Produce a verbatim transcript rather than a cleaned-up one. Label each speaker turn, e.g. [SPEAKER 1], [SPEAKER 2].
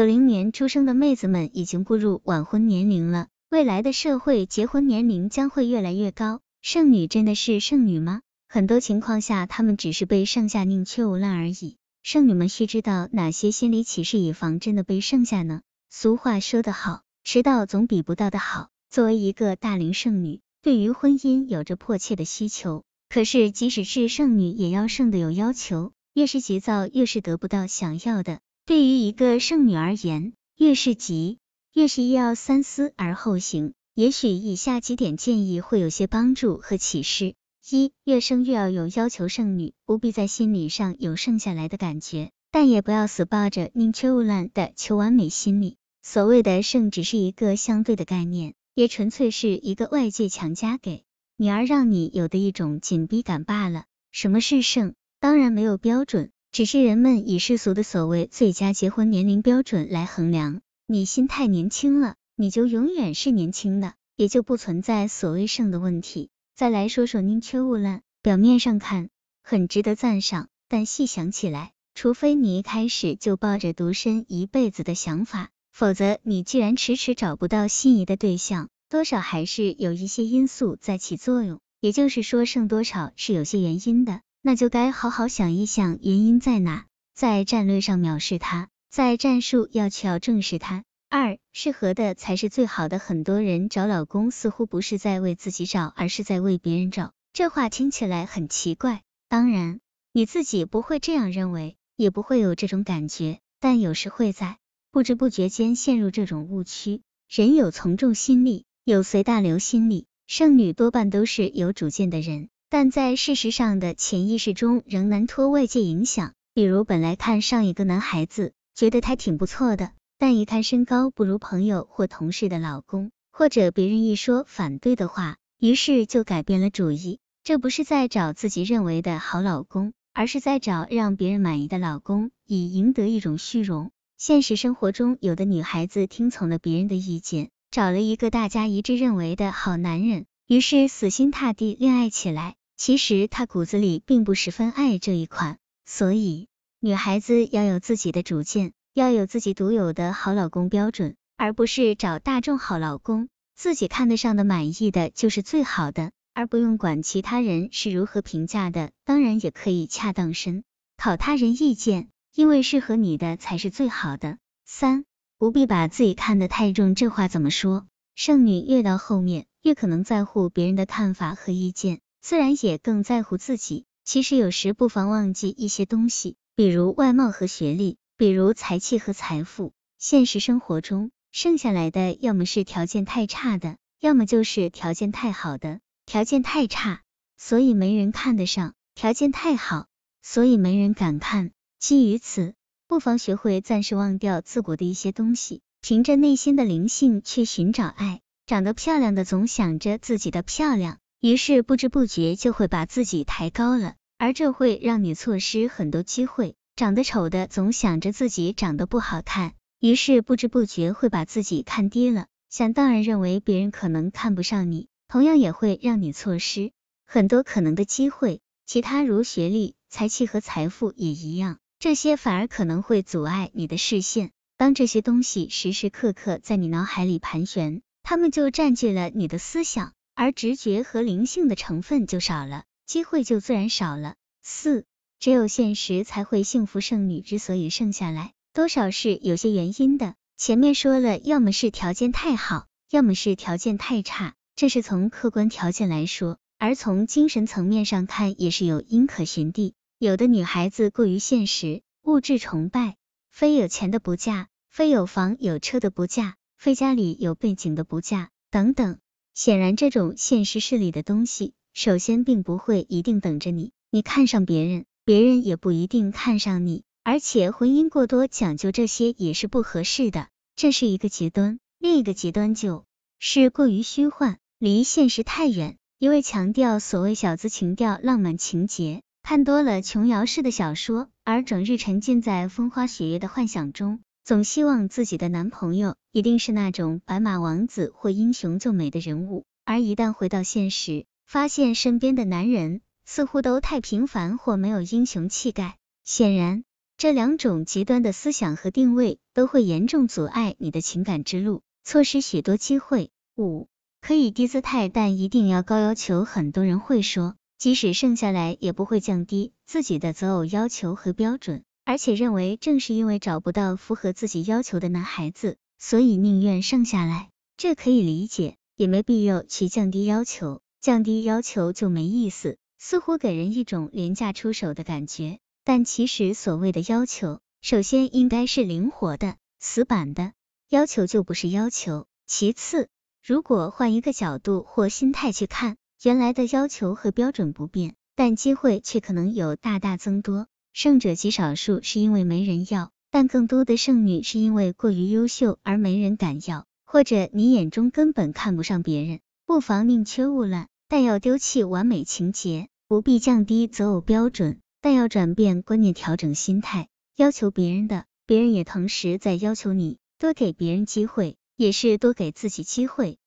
[SPEAKER 1] 九零年出生的妹子们已经步入晚婚年龄了，未来的社会结婚年龄将会越来越高。剩女真的是剩女吗？很多情况下，她们只是被剩下宁缺毋滥而已。剩女们需知道哪些心理启示，以防真的被剩下呢？俗话说得好，迟到总比不到的好。作为一个大龄剩女，对于婚姻有着迫切的需求，可是即使是剩女，也要剩的有要求，越是急躁，越是得不到想要的。对于一个剩女而言，越是急，越是要三思而后行。也许以下几点建议会有些帮助和启示。一，越生越要有要求。剩女不必在心理上有剩下来的感觉，但也不要死抱着宁缺毋滥的求完美心理。所谓的剩只是一个相对的概念，也纯粹是一个外界强加给你而让你有的一种紧逼感罢了。什么是剩？当然没有标准，只是人们以世俗的所谓最佳结婚年龄标准来衡量。你心态年轻了，你就永远是年轻的，也就不存在所谓剩的问题。再来说说宁缺毋滥，表面上看很值得赞赏，但细想起来，除非你一开始就抱着独身一辈子的想法，否则你既然迟迟找不到心仪的对象，多少还是有一些因素在起作用。也就是说，剩多少是有些原因的，那就该好好想一想原因在哪，在战略上藐视它，在战术要去要正视它。二，适合的才是最好的。很多人找老公似乎不是在为自己找，而是在为别人找。这话听起来很奇怪，当然你自己不会这样认为，也不会有这种感觉，但有时会在不知不觉间陷入这种误区。人有从众心理，有随大流心理，剩女多半都是有主见的人，但在事实上的潜意识中仍难脱外界影响。比如本来看上一个男孩子，觉得他挺不错的，但一看身高不如朋友或同事的老公，或者别人一说反对的话，于是就改变了主意。这不是在找自己认为的好老公，而是在找让别人满意的老公，以赢得一种虚荣。现实生活中，有的女孩子听从了别人的意见，找了一个大家一致认为的好男人，于是死心塌地恋爱起来。其实她骨子里并不十分爱这一款。所以女孩子要有自己的主见，要有自己独有的好老公标准，而不是找大众好老公，自己看得上的满意的就是最好的，而不用管其他人是如何评价的。当然也可以恰当参考他人意见，因为适合你的才是最好的。三，不必把自己看得太重。这话怎么说？剩女越到后面，越可能在乎别人的看法和意见，自然也更在乎自己。其实有时不妨忘记一些东西，比如外貌和学历，比如才气和财富。现实生活中，剩下来的要么是条件太差的，要么就是条件太好的。条件太差，所以没人看得上；条件太好，所以没人敢看。基于此，不妨学会暂时忘掉自我的一些东西，凭着内心的灵性去寻找爱。长得漂亮的总想着自己的漂亮，于是不知不觉就会把自己抬高了，而这会让你错失很多机会。长得丑的总想着自己长得不好看，于是不知不觉会把自己看低了，想当然认为别人可能看不上你，同样也会让你错失很多可能的机会。其他如学历、才气和财富也一样，这些反而可能会阻碍你的视线。当这些东西时时刻刻在你脑海里盘旋，它们就占据了你的思想，而直觉和灵性的成分就少了，机会就自然少了。四，只有现实才会幸福。剩女之所以剩下来，多少是有些原因的。前面说了，要么是条件太好，要么是条件太差，这是从客观条件来说，而从精神层面上看也是有因可循的。有的女孩子过于现实，物质崇拜，非有钱的不嫁，非有房有车的不嫁，非家里有背景的不嫁，等等。显然这种现实势力的东西，首先并不会一定等着你，你看上别人，别人也不一定看上你，而且婚姻过多讲究这些也是不合适的，这是一个极端。另一个极端就是过于虚幻，离现实太远，一味强调所谓小资情调、浪漫情节，看多了琼瑶式的小说，而整日沉浸在风花雪月的幻想中，总希望自己的男朋友一定是那种白马王子或英雄救美的人物，而一旦回到现实，发现身边的男人似乎都太平凡或没有英雄气概。显然这两种极端的思想和定位都会严重阻碍你的情感之路，错失许多机会。五、可以低姿态，但一定要高要求。很多人会说，即使剩下来也不会降低自己的择偶要求和标准，而且认为正是因为找不到符合自己要求的男孩子，所以宁愿剩下来。这可以理解，也没必要去降低要求，降低要求就没意思，似乎给人一种廉价出手的感觉。但其实所谓的要求，首先应该是灵活的，死板的要求就不是要求。其次，如果换一个角度或心态去看，原来的要求和标准不变，但机会却可能有大大增多。胜者极少数是因为没人要，但更多的剩女是因为过于优秀而没人敢要，或者你眼中根本看不上别人。不妨宁缺毋滥，但要丢弃完美情节，不必降低择偶标准，但要转变观念，调整心态。要求别人的，别人也同时在要求你，多给别人机会，也是多给自己机会。